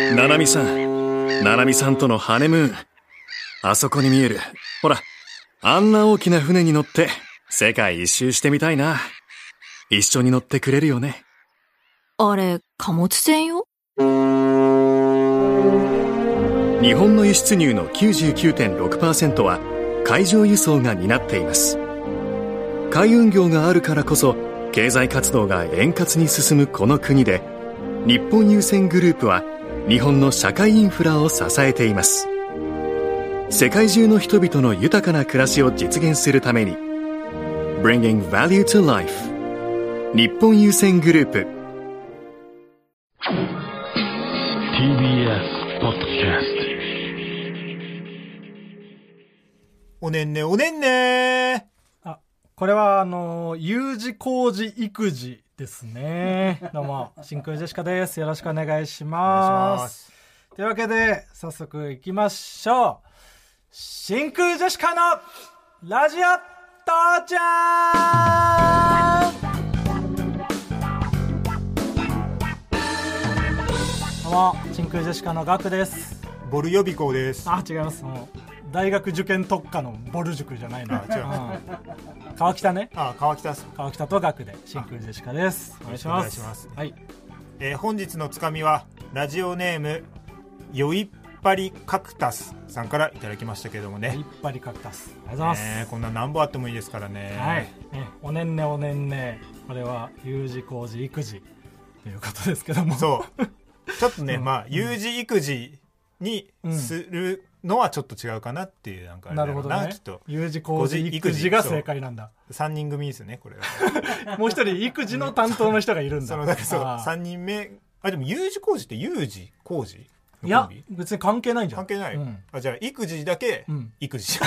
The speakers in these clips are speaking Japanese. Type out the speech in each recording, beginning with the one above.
ななみさんとのハネムーン、あそこに見える、ほら、あんな大きな船に乗って世界一周してみたいな。一緒に乗ってくれるよね。 あれ、貨物船よ。 日本の輸出入の 99.6% は海上輸送が担っています。海運業があるからこそ経済活動が円滑に進むこの国で、日本郵船グループは日本の社会インフラを支えています。世界中の人々の豊かな暮らしを実現するために Bringing Value to Life 日本郵船グループ。 TBS ポッドキャスト。 おねんねおねんね。 あ、これは有事工事育児ですね。どうも真空ジェシカです。よろしくお願いします。というわけで早速いきましょう。真空ジェシカのラジオ父ちゃん。どうも真空ジェシカのガクです。 ボル予備校です。 あ、違います。もう大学受験特化のボル塾じゃないの。 違う、 川北ね。 川北す。 川北とガクで真空ジェシカです。お願いします。 お願いします。 はい。 本日のつかみはラジオネームよいっぱりカクタスさんからいただきましたけどもね。 よいっぱりカクタス、ありがとうございます。 こんな何本あってもいいですからね。 はい。おねんねおねんね、これは有事工事育児ということですけども。 そうちょっとね、まあ有事育児にするのはちょっと違うかなっていう、なんかあれだろうな、 なるほどね。 きっと有事工事育児が正解なんだ。 3人組ですねこれは。 もう一人育児の担当の人がいるんだ。 だからそう3人目。あ、でも有事工事って有事工事、 いや別に関係ないんじゃん。 関係ない、あ、じゃあ育児だけ、育児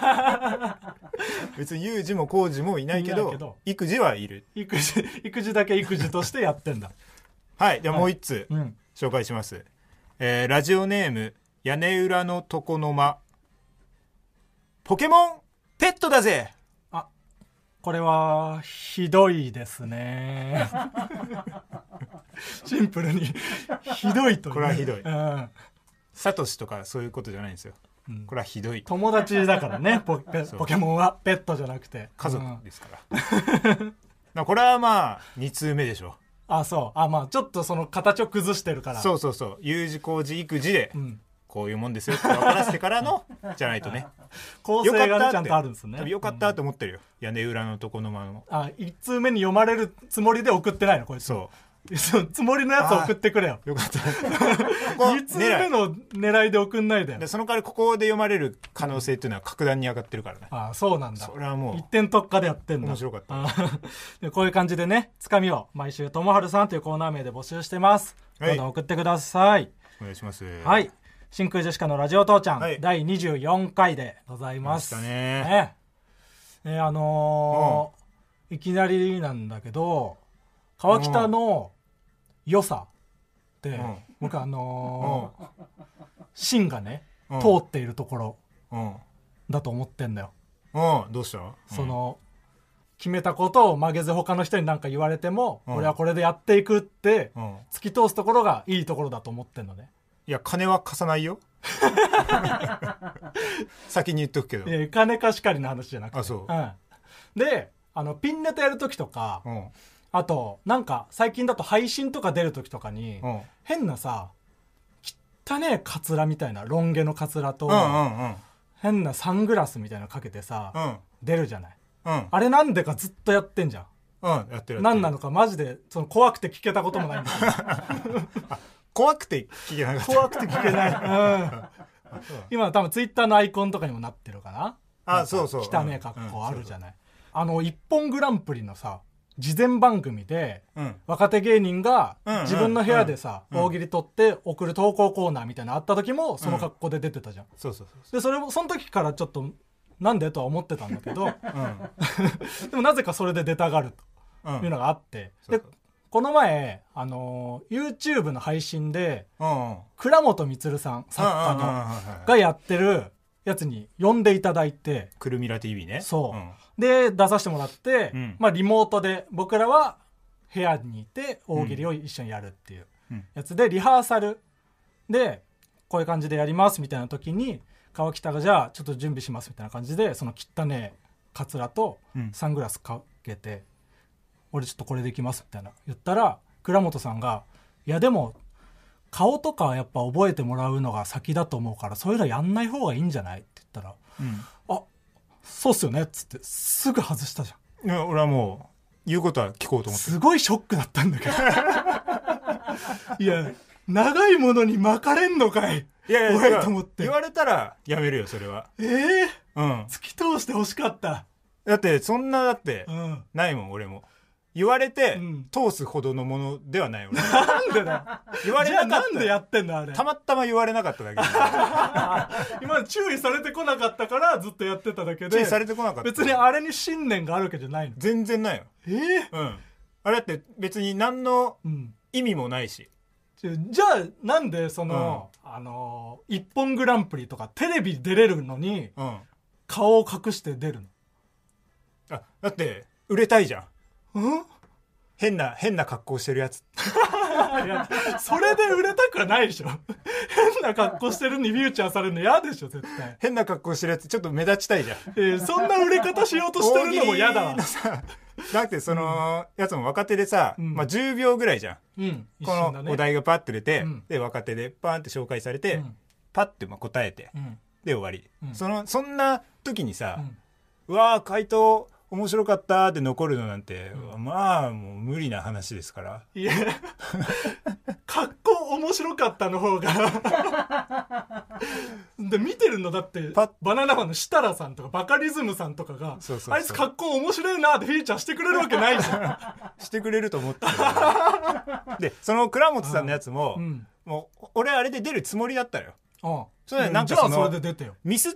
別に有事も工事もいないけど育児はいる。 育児だけ育児としてやってんだ。 はい。ではもう一つ、紹介します。ラジオネーム屋根裏の床の間。ポケモンペットだぜ。 あ、これはひどいですね。シンプルにひどいという。 これはひどい。サトシとかそういうことじゃないんですよ。これはひどい。 友達だからね。ポケモンはペットじゃなくて家族ですから、これはまあ2通目でしょ。 あ、そう。あ、まあちょっとその形を崩してるから。 そう有事工事育児で、こういうもんですよって分からせてからのじゃないとね。 構成が、ね、ちゃんとあるんですね。 多分よかったと思ってるよ、屋根裏の床の間の。 あ、1通目に読まれるつもりで送ってないのこいつ。そうつもりのやつ送ってくれよ。 よかった。 2通目の狙いで送んないで。 でその代わりここで読まれる可能性っていうのは格段に上がってるからね。 あ、そうなんだ。 それはもう一点特化でやってんだ。 面白かった。 でこういう感じでね、つかみを毎週ともはるさんというコーナー名で募集してます。どんどん送ってください。 お願いします。 はい。真空ジェシカのラジオ父ちゃん、第24回でございます。 ね。 いきなりなんだけど、川北の良さって、僕芯がね、通っているところだと思ってんだよ。 どうした？ その決めたことを曲げず他の人に何か言われても、俺はこれでやっていくって突き通すところがいいところだと思ってんのね。 いや、金は貸さないよ。先に言っとくけど。 いや、金貸し借りの話じゃなくて。 あ、そう。 で、ピンネタやるときとか、あとなんか最近だと配信とか出るときとかに、変なさ、汚ねえカツラみたいな、ロン毛のカツラと、変なサングラスみたいなのかけてさ、出るじゃない。あれなんでかずっとやってんじゃん。 やってる。 何なのかマジでその怖くて聞けたこともないんだけど。 怖くて聞けなかった。 怖くて聞けない。今多分ツイッターのアイコンとかにもなってるかな。 あ、そうそう。 汚ねえ格好あるじゃない。一本グランプリのさ、事前番組で、若手芸人が自分の部屋でさ、大喜利取って送る投稿コーナーみたいなのあった時もその格好で出てたじゃん。 そう。 でその時からちょっとなんでとは思ってたんだけど、でもなぜかそれで出たがるというのがあって、でこの前YouTube の配信で、倉本充さん作家のがやってるやつに呼んでいただいて、 くるみら TV ね。 そう、で出させてもらって、リモートで僕らは部屋にいて大喜利を一緒にやるっていうやつで、リハーサルでこういう感じでやりますみたいな時に川北がじゃあちょっと準備しますみたいな感じでその汚ねえカツラとサングラスかけて、俺ちょっとこれできますみたいな言ったら倉本さんがいやでも顔とかはやっぱ覚えてもらうのが先だと思うからそういうのやんない方がいいんじゃないって言ったら、あそうっすよねっつってすぐ外したじゃん。 いや俺はもう言うことは聞こうと思ってすごいショックだったんだけどいや長いものに巻かれんのかい。 いやいやおいと思って言われたらやめるよそれは。 突き通してほしかった。 だってそんなだってないもん俺も。言われて通すほどのものではない俺。 なんでだよ。 言われなかった。 じゃあなんでやってんのあれ。 たまたま言われなかっただけ今まで注意されてこなかったからずっとやってただけで。 注意されてこなかった。 別にあれに信念があるわけじゃないの。 全然ないよ。あれだって別に何の意味もないし。 じゃあなんでその、一本グランプリとかテレビ出れるのに、顔を隠して出るの。 あだって売れたいじゃん。変な格好してるやついやそれで売れたくはないでしょ変な格好してるにフューチャーされるの嫌でしょ絶対。 変な格好してるやつちょっと目立ちたいじゃん。 そんな売れ方しようとしてるのも嫌だわ。 だってその、やつも若手でさ、10秒ぐらいじゃん、このお題がパッと出て、で若手でパーンって紹介されて、パッて答えて、で終わり、そんな時にさ、うわー回答面白かったって残るのなんて、まあもう無理な話ですから。 いや格好面白かったの方がで見てるのだってバナナマンの設楽さんとかバカリズムさんとかがあいつ格好面白いなってフィーチャーしてくれるわけないじゃんしてくれると思ってるでその倉本さんのやつも、もう俺あれで出るつもりだったよ。それなんかそのミスって、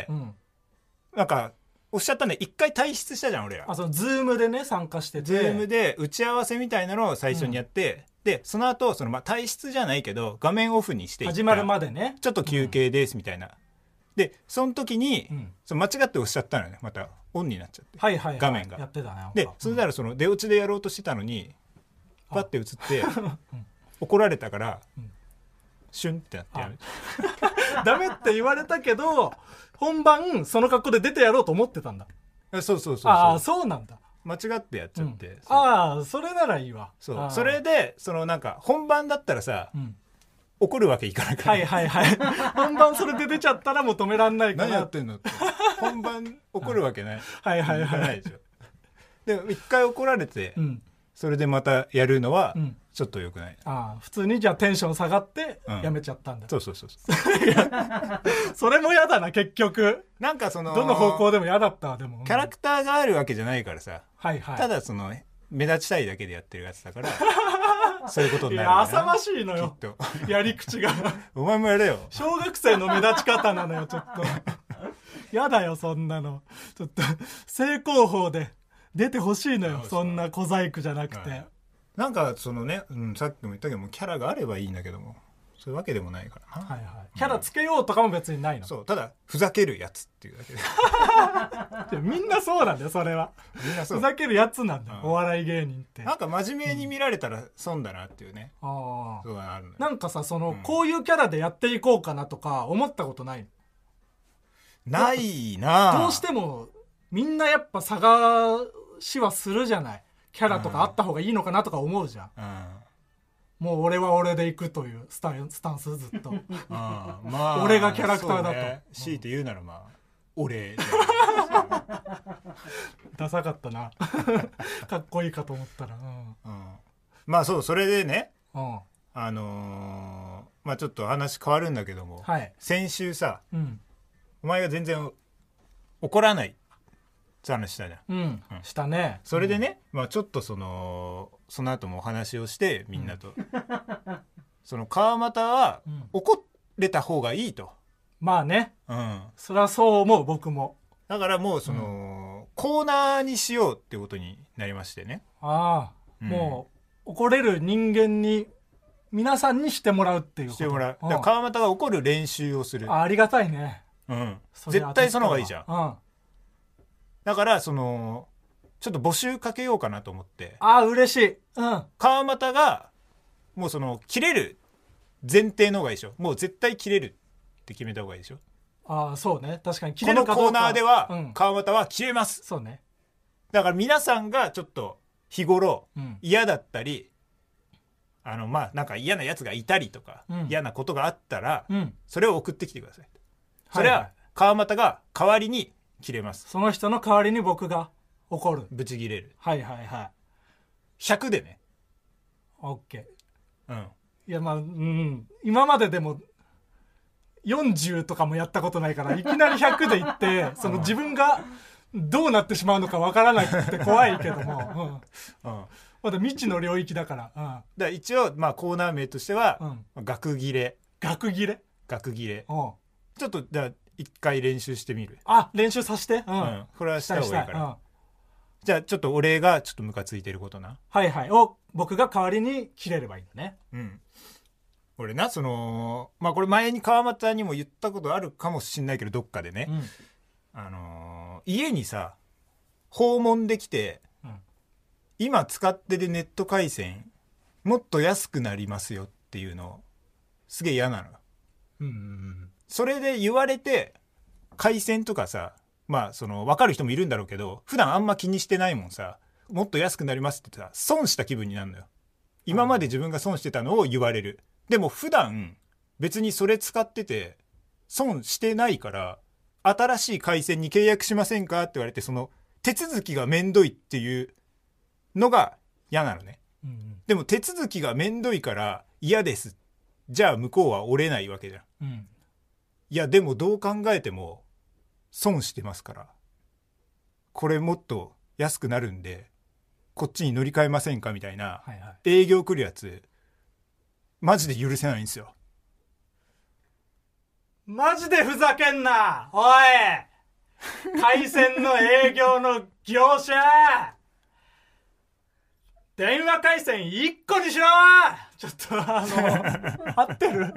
なんかおっしゃったね、一回退出したじゃん俺ら。 そのズームでね参加してて、 ズームで打ち合わせみたいなのを最初にやって、でその後その退出じゃないけど画面オフにして始まるまでねちょっと休憩ですみたいな、でその時に、その間違っておっしゃったのよね。またオンになっちゃって、画面がやってたね。 でそれならその出落ちでやろうとしてたのにパッて映って怒られたから、シュンってなってやめたダメって言われたけど本番その格好で出てやろうと思ってたんだ。 そうそうなんだ。 間違ってやっちゃって、 それならいいわ。 それでそのなんか本番だったらさ、怒るわけいかないから、 本番それで出ちゃったらもう止めらんないから。 何やってんのって本番怒るわけないないでしょ。で一回怒られて、それでまたやるのはちょっと良くない。 普通にじゃあテンション下がってやめちゃったんだ。 そうそれも嫌だな結局。 なんかそのどの方向でも嫌だったわ。でもキャラクターがあるわけじゃないからさ、ただその目立ちたいだけでやってるやつだからそういうことになる。 浅ましいのよやり口がお前もやれよ。 小学生の目立ち方なのよちょっと嫌だよそんなの。ちょっと正攻法で出てほしいのよ。そんな小細工じゃなくて、 なんかそのね、さっきも言ったけどもキャラがあればいいんだけどもそういうわけでもないからな。 キャラつけようとかも別にないの。 そうただふざけるやつっていうだけでみんなそうなんだよそれは。みんなそうふざけるやつなんだよ、お笑い芸人って。 なんか真面目に見られたら損だなっていうね、そうがあるのよ。 なんかさその、こういうキャラでやっていこうかなとか思ったことないの？ ないな。 どうしてもみんなやっぱ探しはするじゃない。キャラとかあった方がいいのかなとか思うじゃん、もう俺は俺でいくというスタンスずっと俺がキャラクターだと、 強いて言うならまあ俺ダサかったなかっこいいかと思ったら、 まあそれでね、まあちょっと話変わるんだけども、先週さ、お前が全然怒らないって話したじゃん。 したね。 それでね、まあちょっとその後もお話をしてみんなと、その川又は怒れた方がいいと。 まあね、そりゃそう思う僕も。 だからもうその、コーナーにしようってことになりましてね。 もう怒れる人間に皆さんにしてもらうっていうこと。 してもらう。だから川又が怒る練習をする。 ありがたいね。 絶対その方がいいじゃん。だからそのちょっと募集かけようかなと思って。 嬉しい。 川又がもうその切れる前提の方がいいでしょ。もう絶対切れるって決めた方がいいでしょ。 ああ、そうね。確かに切れるかどうか。 このコーナーでは、川又は切れます。 そうね。 だから皆さんがちょっと日頃嫌だったり、なんか嫌なやつがいたりとか、嫌なことがあったら、それを送ってきてください。それは川又が代わりに切れます。 その人の代わりに僕が怒る。 ブチ切れる。 はいはいはい。 100でね。 オッケー。 いや今まででも40とかもやったことないからいきなり100でいってその自分がどうなってしまうのかわからなくて怖いけども、まだ未知の領域だから。だから一応コーナー名としては、学切れ。 学切れ。 学切れ。ちょっとじゃあ一回練習してみる。 練習させて。 これはした方がいいから。じゃあちょっと俺がちょっとムカついてることな。 はいはい。を僕が代わりに切れればいいんだね。 俺な、これ前に川又にも言ったことあるかもしんないけど、どっかでね。家にさ、訪問できて、今使ってるネット回線、もっと安くなりますよっていうの、すげえ嫌なの。それで言われて、回線とかさ、分かる人もいるんだろうけど、普段あんま気にしてないもんさ、もっと安くなりますって言ってさ、損した気分になるのよ。今まで自分が損してたのを言われる。でも普段別にそれ使ってて損してないから新しい回線に契約しませんかって言われてその手続きがめんどいっていうのが嫌なのね。でも手続きがめんどいから嫌です。じゃあ向こうは折れないわけじゃん。いやでもどう考えても損してますからこれもっと安くなるんでこっちに乗り換えませんかみたいな営業来るやつマジで許せないんですよ。 マジでふざけんなおい回線の営業の業者電話回線1個にしろちょっと合ってる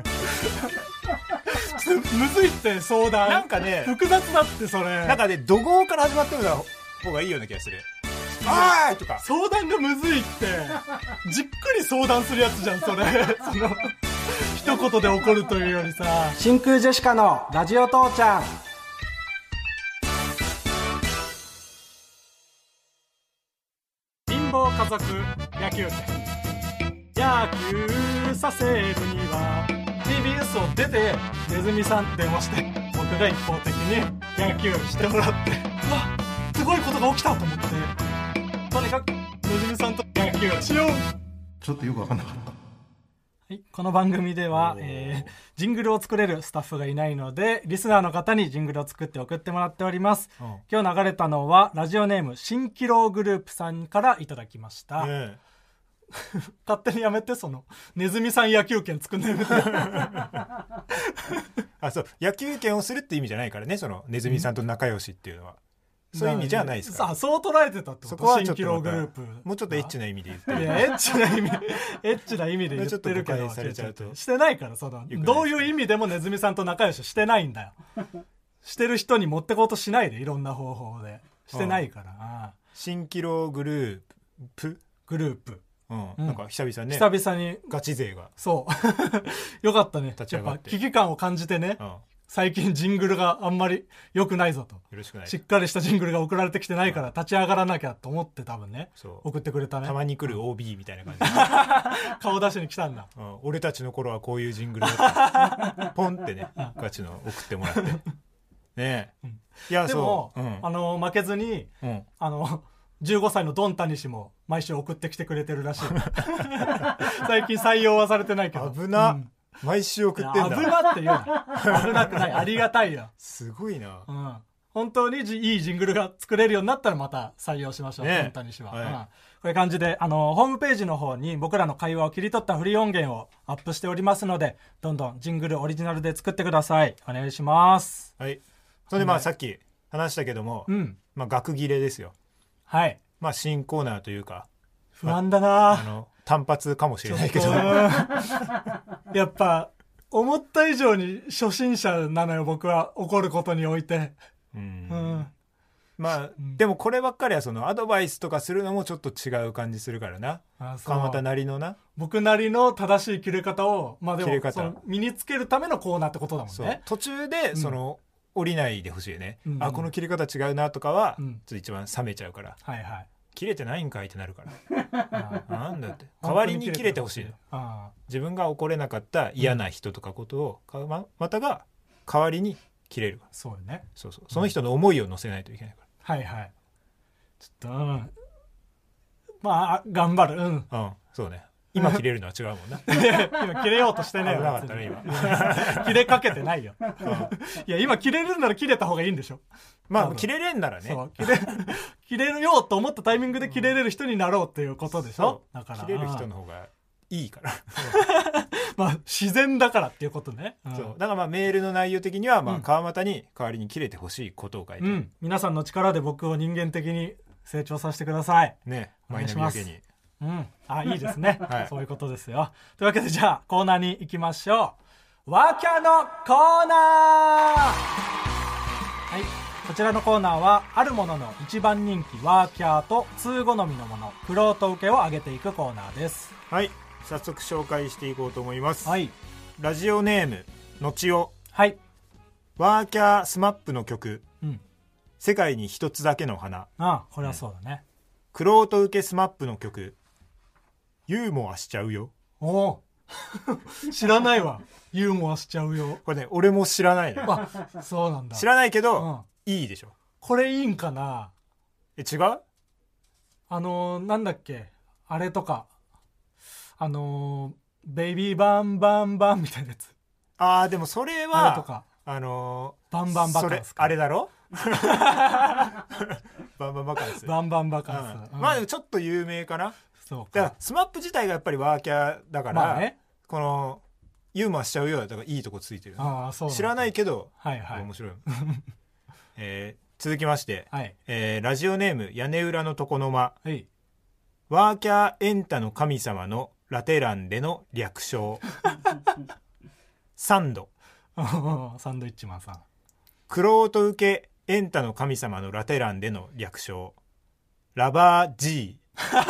むずいって相談なんかね複雑だってそれなんかね怒号から始まった方がいいような気がする。あーとか相談がむずいってじっくり相談するやつじゃんそれ一言で怒るというよりさ。真空ジェシカのラジオ父ちゃん。貧乏家族野球拳野球させるには TBS を出てネズミさん電話して僕が一方的に野球してもらってうわすごいことが起きたと思ってとにかくネズミさんと野球をしよう。 ちょっとよく分かんなかった。 はい、この番組では、ジングルを作れるスタッフがいないのでリスナーの方にジングルを作って送ってもらっております。今日流れたのはラジオネーム蜃気楼グループさんからいただきました。勝手にやめてそのネズミさん野球拳作んないめてそう野球拳をするって意味じゃないからねそのネズミさんと仲良しっていうのは。そういう意味じゃないですか。 そう捉えてたってこと。 そこはちょっと蜃気楼グループもうちょっとエッチな意味で言ってる。 いやエッチな意味で言ってるけどされちゃうとしてないからどういう意味でもネズミさんと仲良ししてないんだよしてる人に持ってこうとしないでいろんな方法でしてないから蜃気楼グループなんか久々にガチ勢がそうよかったね。やっぱ危機感を感じてね、最近ジングルがあんまり良くないぞとよろしくないしっかりしたジングルが送られてきてないから立ち上がらなきゃと思って多分ね送ってくれたね。 たまに来る OB みたいな感じで顔出しに来たんだ。 俺たちの頃はこういうジングルだったポンってねガチの送ってもらってねいやでも負けずに15歳のドンタニシも毎週送ってきてくれてるらしい最近採用はされてないけど危な、毎週送ってんだ。 危なって言うな危なくないありがたいよ。 すごいな、 本当にいいジングルが作れるようになったらまた採用しましょう、ドンタニシは、こういう感じでホームページの方に僕らの会話を切り取ったフリー音源をアップしておりますのでどんどんジングルオリジナルで作ってください。お願いします。 はい。それでさっき話したけども、学切れですよ。 はい。 新コーナーというか不安だな、 単発かもしれないけどやっぱ思った以上に初心者なのよ僕は怒ることにおいて。 まあ、でもこればっかりはそのアドバイスとかするのもちょっと違う感じするからな。川又なりのな、 僕なりの正しい切れ方を、まあでも切れ方その身につけるためのコーナーってことだもんね。 途中でその、降りないでほしいよね、あこの切り方違うなとかは、ちょっと一番冷めちゃうから、 はいはい、 切れてないんかいってなるからなんだって代わりに切れてほしいの。自分が怒れなかった嫌な人とかことを川又が代わりに切れるから。 そうよね。 その人の思いを乗せないといけないから、 はいはい、ちょっとまあ頑張る。 そうね、今切れるのは違うもんな今切れようとしてねえよ。 危なかったね今切れかけてないよいや今切れるなら切れた方がいいんでしょ。 まあ切れれんならね、 そう切れるよと思ったタイミングで切れれる人になろうっていうことでしょ。だから切れる人の方がいいからまあ自然だからっていうことね。 そうだからまあメールの内容的にはまあ川又に代わりに切れてほしいことを書いて、 皆さんの力で僕を人間的に成長させてくださいね。 お願いします。 マイナビだけにいいですね、 はい、 そういうことですよ。というわけでじゃあコーナーに行きましょう。ワーキャーのコーナー。はい、こちらのコーナーはあるものの一番人気ワーキャーと通好みのもの玄人受けを上げていくコーナーです。 はい、早速紹介していこうと思います。 はい、 ラジオネームのちお。 はい、 ワーキャースマップの曲、世界に一つだけの花。 これはそうだね。 玄人受けスマップの曲、ユーモアしちゃうよ。 お知らないわ。ユーモアしちゃうよ。 これね、俺も知らないのよ。 そうなんだ。 知らないけど、いいでしょ。 これいいんかな。 違う？ なんだっけ、あれとかベイビーバンバンバンみたいなやつ。 でもそれはあれとかバンバンバカンスか。 あれだろバンバンバカンス。 バンバンバカンス、 まあでもちょっと有名かな。 そうか。 だからスマップ自体がやっぱりワーキャーだから、このユーモアしちゃうようだからいいとこついてる。 そう知らないけど、面白い続きまして、ラジオネーム屋根裏の床の間。ワーキャーエンタの神様のラテ欄での略称サンド。 サンドイッチマンさん。 玄人受けエンタの神様のラテ欄での略称ラバー G。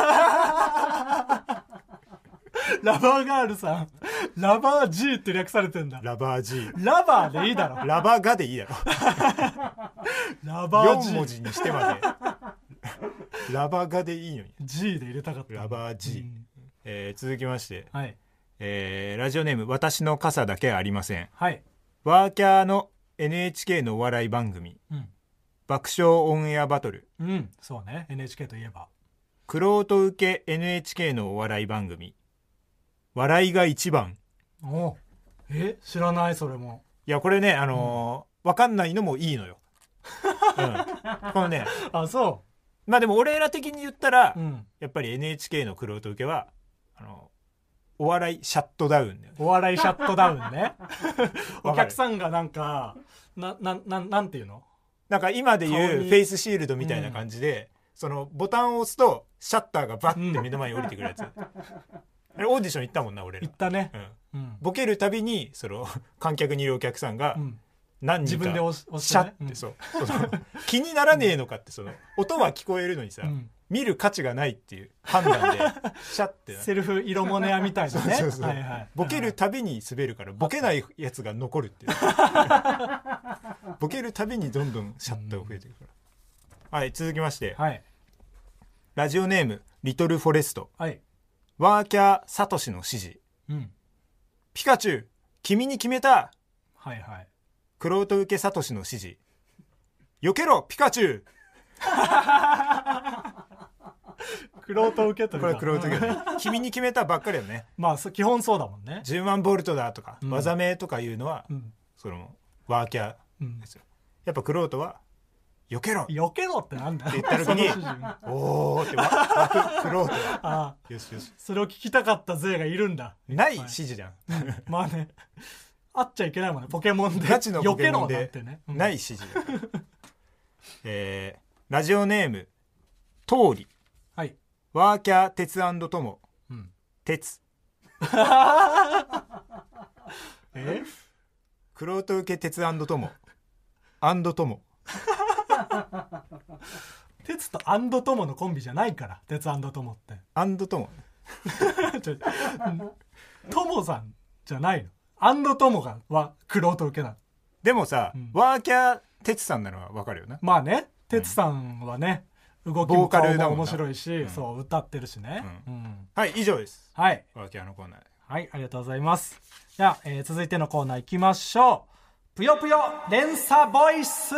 ラバーガールさん、ラバー G って略されてんだ。 ラバー G。 ラバーでいいだろ。 ラバーガでいいだろラバー G 4文字にしてまでラバーガでいいのに G で入れたかった。 ラバー G、続きまして、ラジオネーム私の傘だけありません。ワーキャーの NHK のお笑い番組、爆笑オンエアバトル。そうね、 NHK といえば玄人受け NHK のお笑い番組笑いが一番。知らない。それも。いやこれね分かんないのもいいのよこのねそうまあでも俺ら的に言ったら、やっぱり NHK の玄人受けはお笑いシャットダウンだよね。お笑いシャットダウンねお客さんがなんかなんていうの、なんか今でいうフェイスシールドみたいな感じで、そのボタンを押すとシャッターがバッて目の前に降りてくるやつ、あれオーディション行ったもんな俺ら。行ったね、ボケるたびにその観客にいるお客さんが何人か自分で押してね、シャッてそう気にならねえのかって、その音は聞こえるのにさ、見る価値がないっていう判断でシャッてセルフ色モネアみたいなねボケるたびに滑るからボケないやつが残るっていうボケるたびにどんどんシャッターが増えていくから。続きまして、ラジオネームリトルフォレスト。ワーキャーサトシの指示、ピカチュウ君に決めた。玄人受けサトシの指示、避けろピカチュウ玄人受けというか、これ玄人受けね君に決めたばっかりだよね。まあ基本そうだもんね。10万ボルトだとか、技名とかいうのは、そのワーキャーですよ。やっぱ玄人は避けろってなんだって言った時におーって湧く玄人はよしよし、それを聞きたかった勢がいるんだ。ない指示じゃんまあね、あっちゃいけないもんね、ポケモンでガチのポケモンでない指示ラジオネーム通り。ワーキャー鉄&友、鉄玄人受け鉄&友友鉄とアンドトモのコンビじゃないから鉄アンドトモってアンドトモトモさんじゃないの。アンドトモがはクロート受けなの。 でもさ、ワーキャー鉄さんなのは分かるよな。 まあね鉄さんはね、動きも顔も面白いし、そう歌ってるしね、 はい以上です。 はい、 ワーキャーのコーナー。 はい、ありがとうございます。じゃあ、続いてのコーナー行きましょう。ぷよぷよ連鎖ボイス。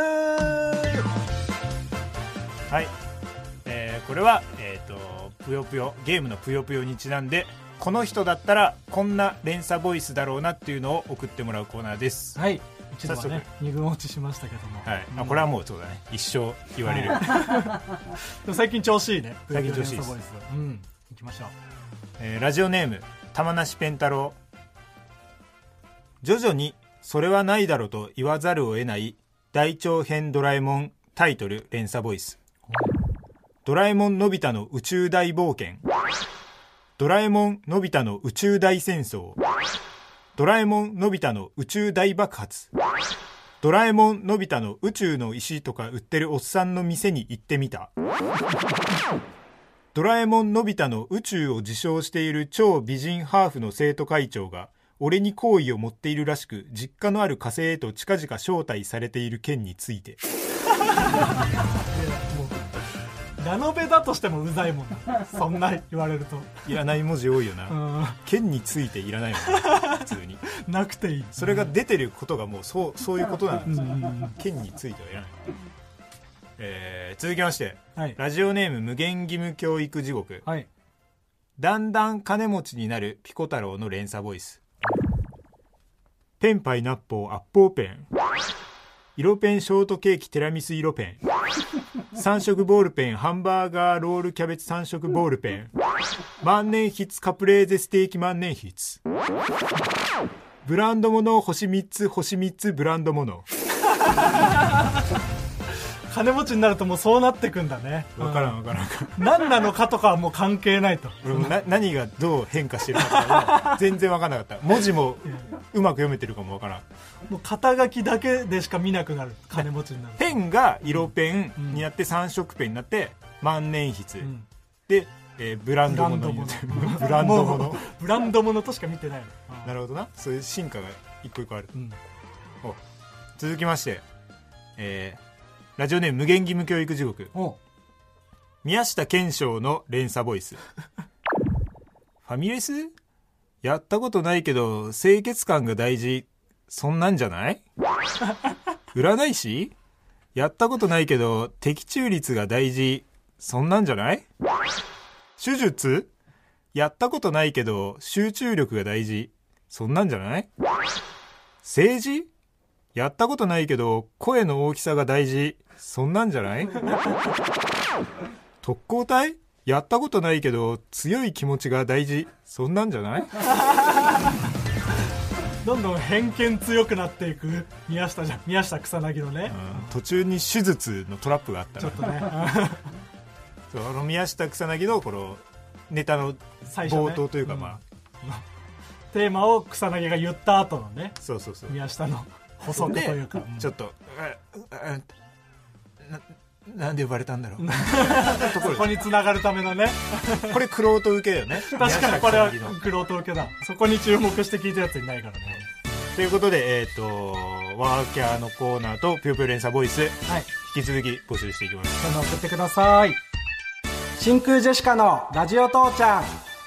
はい、これはぷよぷよゲームのぷよぷよにちなんで、この人だったらこんな連鎖ボイスだろうなっていうのを送ってもらうコーナーです。 はい、一度はね2軍落ちしましたけども、 はい、これはもうそうだね、一生言われる、 最近調子いいね。 最近調子いいです。 行きましょう、ラジオネーム玉梨ペンタロウ。徐々にそれはないだろうと言わざるを得ない大長編ドラえもんタイトル連鎖ボイス。ドラえもんのび太の宇宙大冒険、ドラえもんのび太の宇宙大戦争、ドラえもんのび太の宇宙大爆発、ドラえもんのび太の宇宙の石とか売ってるおっさんの店に行ってみた、ドラえもんのび太の宇宙を自称している超美人ハーフの生徒会長が俺に好意を持っているらしく、実家のある火星へと近々招待されている件について。 ラノベだとしてもうざいもんな、そんな言われると。 いらない文字多いよな。件についていらないもんな、普通になくていい。 それが出てることがもうそういうことなんですよ。件についてはいらない。続きまして、はい、ラジオネーム無限義務教育地獄、はい、だんだん金持ちになるピコ太郎の連鎖ボイス。ペンパイナッポーアッポーペン、色ペンショートケーキティラミス色ペン、3色ボールペンハンバーガーロールキャベツ3色ボールペン、万年筆カプレーゼステーキ万年筆、ブランド物星3つ星3つブランド物。 金持ちになるともうそうなってくんだね。 分からん何なのかとかはもう関係ないと。 何がどう変化してるか全然分からなかった。文字もうまく読めてるかも分からん。 もう肩書きだけでしか見なくなる、金持ちになる。 ペンが色ペンになって3色ペンになって万年筆、で、ブランド物ブランド物としか見てないの。なるほどな、そういう進化が一個一個ある。続きまして、ラジオネーム無限義務教育地獄。宮下健翔の連鎖ボイス。ファミレスやったことないけど清潔感が大事、そんなんじゃない？占い師やったことないけど的中率が大事、そんなんじゃない？手術やったことないけど集中力が大事、そんなんじゃない？政治やったことないけど声の大きさが大事、そんなんじゃない？特攻隊やったことないけど強い気持ちが大事、そんなんじゃない？ どんどん偏見強くなっていく宮下草薙のね、 途中に手術のトラップがあったちょっとね。 そう、宮下草薙のこのネタの冒頭というか、 テーマを草薙が言った後のね、 そう宮下の補足というか、 ちょっとなんで呼ばれたんだろう。 そこに繋がるためのね。 これクロート受けよね。 確かにこれはクロート受けだ。そこに注目して聞いたやついないからね。 ということで、ワーキャーのコーナーとぴよぴよ連鎖ボイス、引き続き募集していきます。 どんどん送ってください。真空ジェシカのラジオ父ちゃん。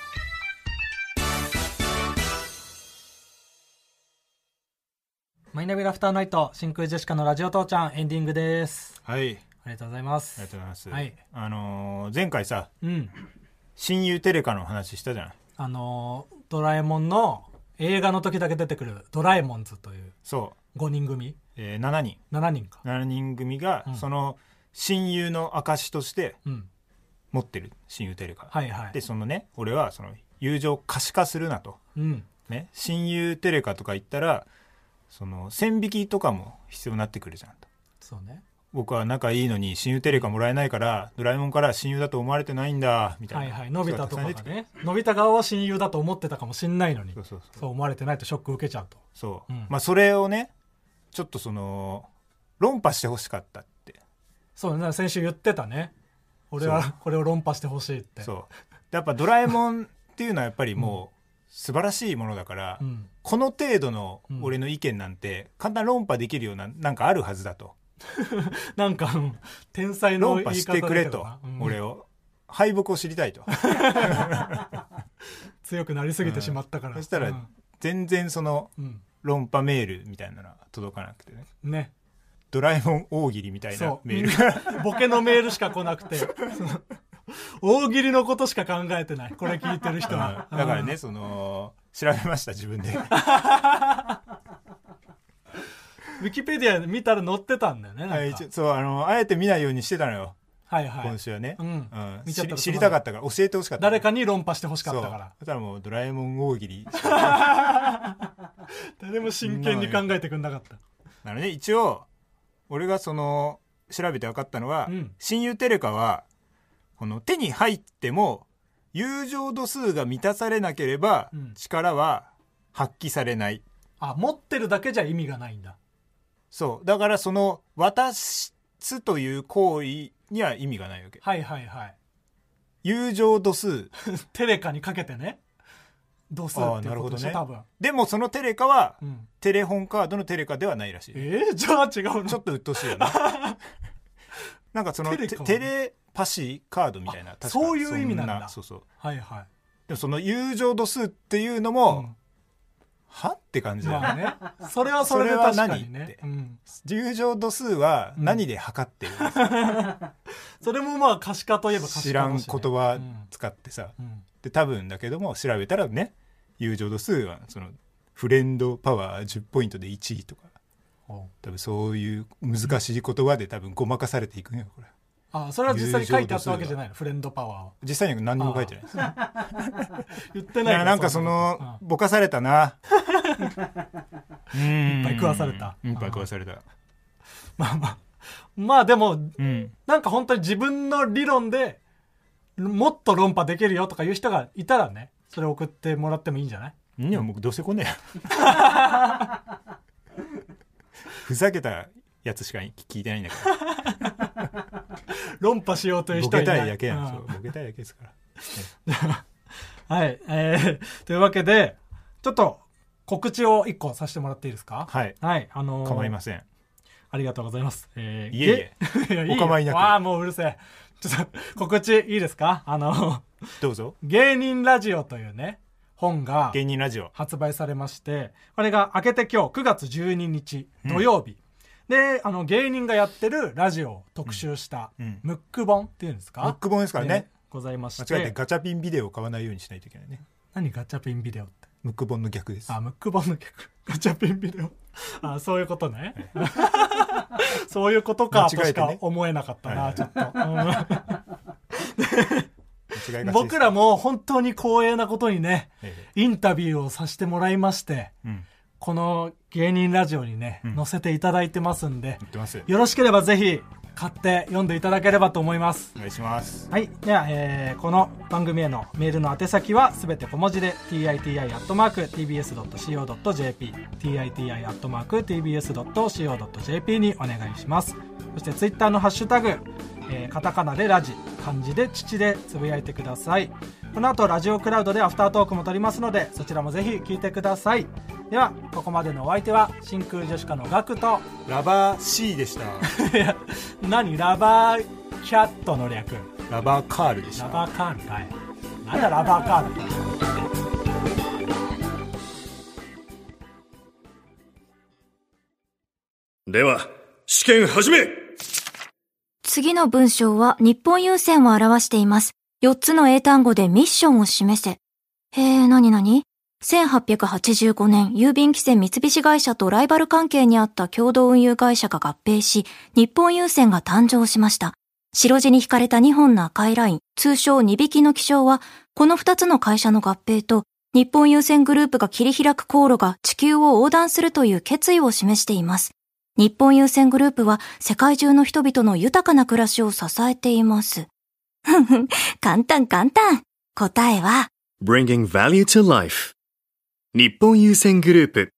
マイナビラフターナイト、真空ジェシカのラジオ父ちゃん、エンディングです。 はい。 ありがとうございます。 ありがとうございます。はい。前回さ、親友テレカの話したじゃない。 ドラえもんの映画の時だけ出てくるドラえもんズという。 そう。 5人組。 7人。 7人か。 7人組が、その親友の証として、持ってる親友テレカ。 はいはい。 で、そのね、俺はその友情可視化するなと。ね、親友テレカとか言ったら、その線引きとかも必要になってくるじゃんと。 そうね。 僕は仲いいのに親友テレカもらえないからドラえもんから親友だと思われてないんだみたいな。 はいはい。のび太とかがね、のび太側は親友だと思ってたかもしんないのに、そう思われてないとショック受けちゃうと。 そう、まあそれをねちょっとその論破してほしかったって。 そうね、先週言ってたね。 俺はこれを論破してほしいって。 そうやっぱドラえもんっていうのはやっぱりもう素晴らしいものだから、この程度の俺の意見なんて簡単に論破できるようななんかあるはずだとなんか天才の言い方論破してくれと、俺を敗北を知りたいと強くなりすぎてしまったから、 そしたら全然その論破メールみたいなのは届かなくてね、ドラえもん大喜利みたいなメールがボケのメールしか来なくて大喜利のことしか考えてない、これ聞いてる人は。 だからね、その調べました自分でウィキペディア見たら載ってたんだよね。なんかそうあえて見ないようにしてたのよ、 はいはい、 今週はね、 知りたかったから教えてほしかった、 誰かに論破してほしかったから。 だからもうドラえもん大喜利誰も真剣に考えてくんなかった。 なので一応俺がその調べて分かったのは、親友テレカはこの手に入っても友情度数が満たされなければ力は発揮されない、 持ってるだけじゃ意味がないんだ。 そうだからその渡すという行為には意味がないわけ。 はいはいはい。 友情度数テレカにかけてね、度数っていうことでしょ、多分。でもそのテレカは、テレホンカードのテレカではないらしい。 じゃあ違うの。 ちょっと鬱陶しいよねなんかそのテレパシーカードみたいな、確かそういう意味なんだ。 そうそう、 はいはい。 でもその友情度数っていうのも、はって感じだよね。 それはそれで確かにね。 友情度数は何で測ってるんですか、 それもまあ可視化といえば可視化、 知らん言葉使ってさ、で多分だけども調べたらね、友情度数はそのフレンドパワー10ポイントで1位とか、多分そういう難しい言葉で多分ごまかされていくね、これ。 それは実際に書いてあったわけじゃないの、フレンドパワーを。 実際に何にも書いてないです言ってない。 なんかそのぼかされたないっぱい食わされた。 いっぱい食わされた。 まあでも、なんか本当に自分の理論でもっと論破できるよとかいう人がいたらね、それ送ってもらってもいいんじゃない？ いやもうどうせ来ねえふざけたやつしか聞いてないんだから論破しようという人はいない。ボケたいだけやん、ボケたいだけですからはい、というわけでちょっと告知を1個させてもらっていいですか？ はい、 はい、 構いません。 ありがとうございます。 いえいえお構いなく。 もううるせえ。ちょっと告知いいですか？ どうぞ。 芸人ラジオというね本が芸人ラジオ発売されまして、これが明けて今日9月12日土曜日、で芸人がやってるラジオを特集したムック本っていうんですか？ ムック本ですからね、 ございまして、 間違えてガチャピンビデオを買わないようにしないといけないね。 何ガチャピンビデオって？ ムック本の逆です。 ムック本の逆。ガチャピンビデオそういうことねそういうことかとしか思えなかったな、ちょっと僕らも本当に光栄なことにね、インタビューをさせてもらいまして、この芸人ラジオにね、載せていただいてますんで、よろしければぜひ買って読んでいただければと思います。 お願いします。 はい。では、この番組へのメールの宛先はすべて小文字で titi@tbs.co.jp titi@tbs.co.jp にお願いします。そしてツイッターのハッシュタグ、カタカナでラジ、漢字で父でつぶやいてください。この後ラジオクラウドでアフタートークも撮りますので、そちらもぜひ聞いてください。ではここまでのお相手は真空ジェシカのガクとラバー C でした。 いや何ラバーキャットの略？ ラバーカールでした。 ラバーカールかい。なんだラバーカールか。 では試験始め。 次の文章は日本郵船を表しています。4つの英単語でミッションを示せ。何々？1885年、郵便規制三菱会社とライバル関係にあった共同運輸会社が合併し、日本郵船が誕生しました。白地に引かれた2本の赤いライン、通称2匹の気象は、この2つの会社の合併と、日本郵船グループが切り開く航路が地球を横断するという決意を示しています。日本郵船グループは世界中の人々の豊かな暮らしを支えています。簡単。答えは、 Bringing Value to Life。日本郵船グループ